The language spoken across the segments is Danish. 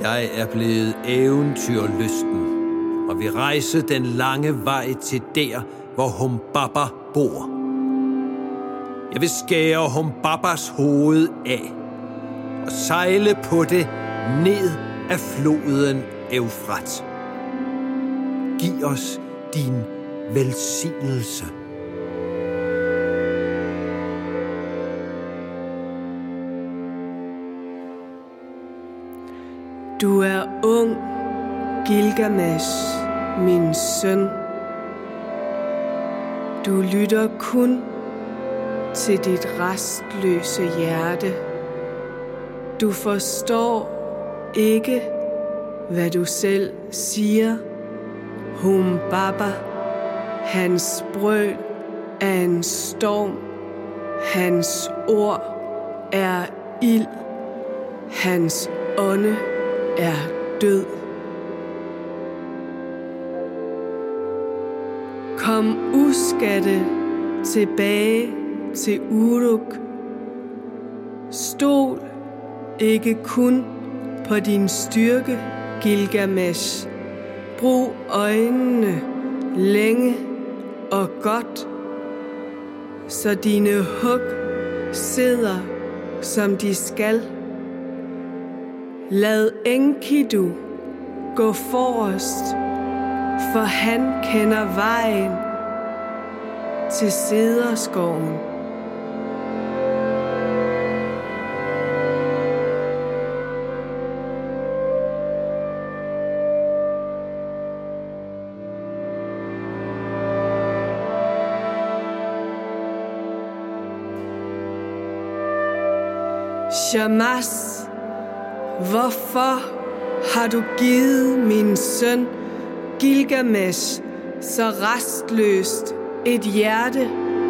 Jeg er blevet eventyrlysten og vil rejse den lange vej til der, hvor Humbaba bor. Jeg vil skære Humbabas hoved af og sejle på det ned af floden Eufrat. Giv os din velsignelse. Du er ung, Gilgamesh, min søn. Du lytter kun til dit rastløse hjerte. Du forstår ikke, hvad du selv siger. Humbaba, hans brøl er en storm. Hans ord er ild. Hans ånde er død. Kom uskatte tilbage til Uruk. Stol ikke kun på din styrke, Gilgamesh. Brug øjnene længe og godt, så dine hug sidder som de skal. Lad Enkidu gå forrest, for han kender vejen til cederskoven. Shamash, hvorfor har du givet min søn Gilgamesh så rastløst et hjerte?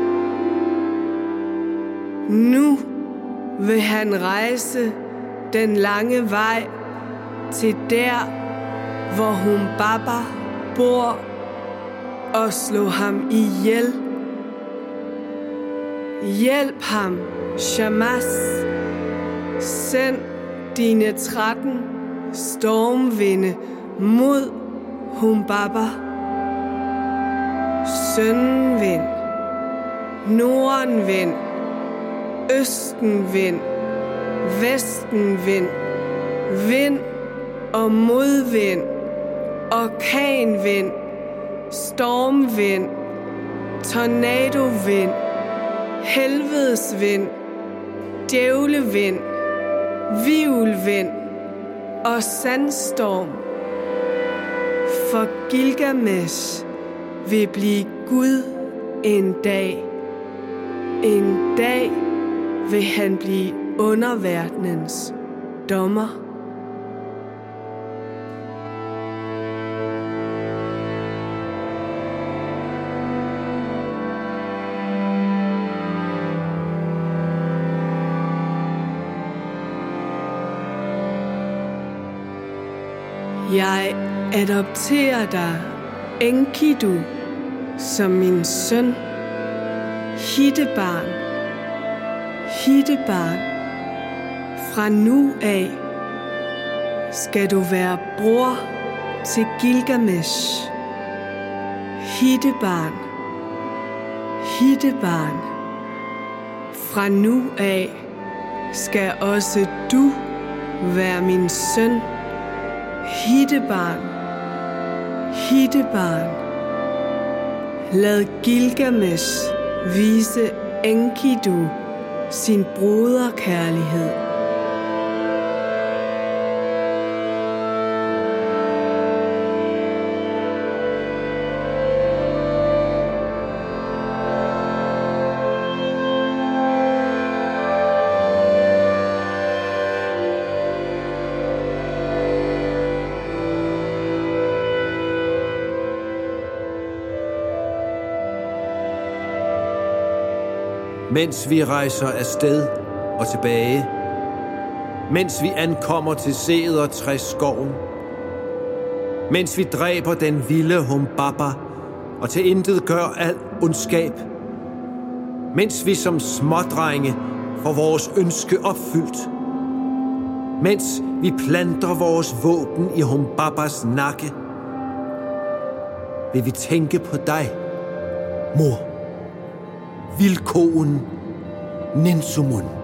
Nu vil han rejse den lange vej til der, hvor Humbaba bor, og slå ham ihjel. Hjælp ham, Shamash. Send dine 13 stormvinde mod Humbaba. Søndenvind, nordenvind, østenvind, vestenvind, vind og modvind, orkanvind, stormvind, tornadovind, helvedesvind, djævlevind, hvirvelvind og sandstorm. For Gilgamesh vil blive Gud en dag. En dag vil han blive underverdenens dommer. Jeg adopterer dig, Enkidu, som min søn. Hittebarn, hittebarn. Fra nu af skal du være bror til Gilgamesh. Hittebarn, hittebarn. Fra nu af skal også du være min søn. Hittebarn, hittebarn. Lad Gilgamesh vise Enkidu sin broderkærlighed. Mens vi rejser afsted og tilbage, mens vi ankommer til cedertræsskoven, mens vi dræber den vilde Humbaba og tilintetgør al ondskab, mens vi som smådrenge får vores ønske opfyldt, mens vi planter vores våben i Humbabas nakke, vil vi tænke på dig, mor. Vilkoen Ninsumun.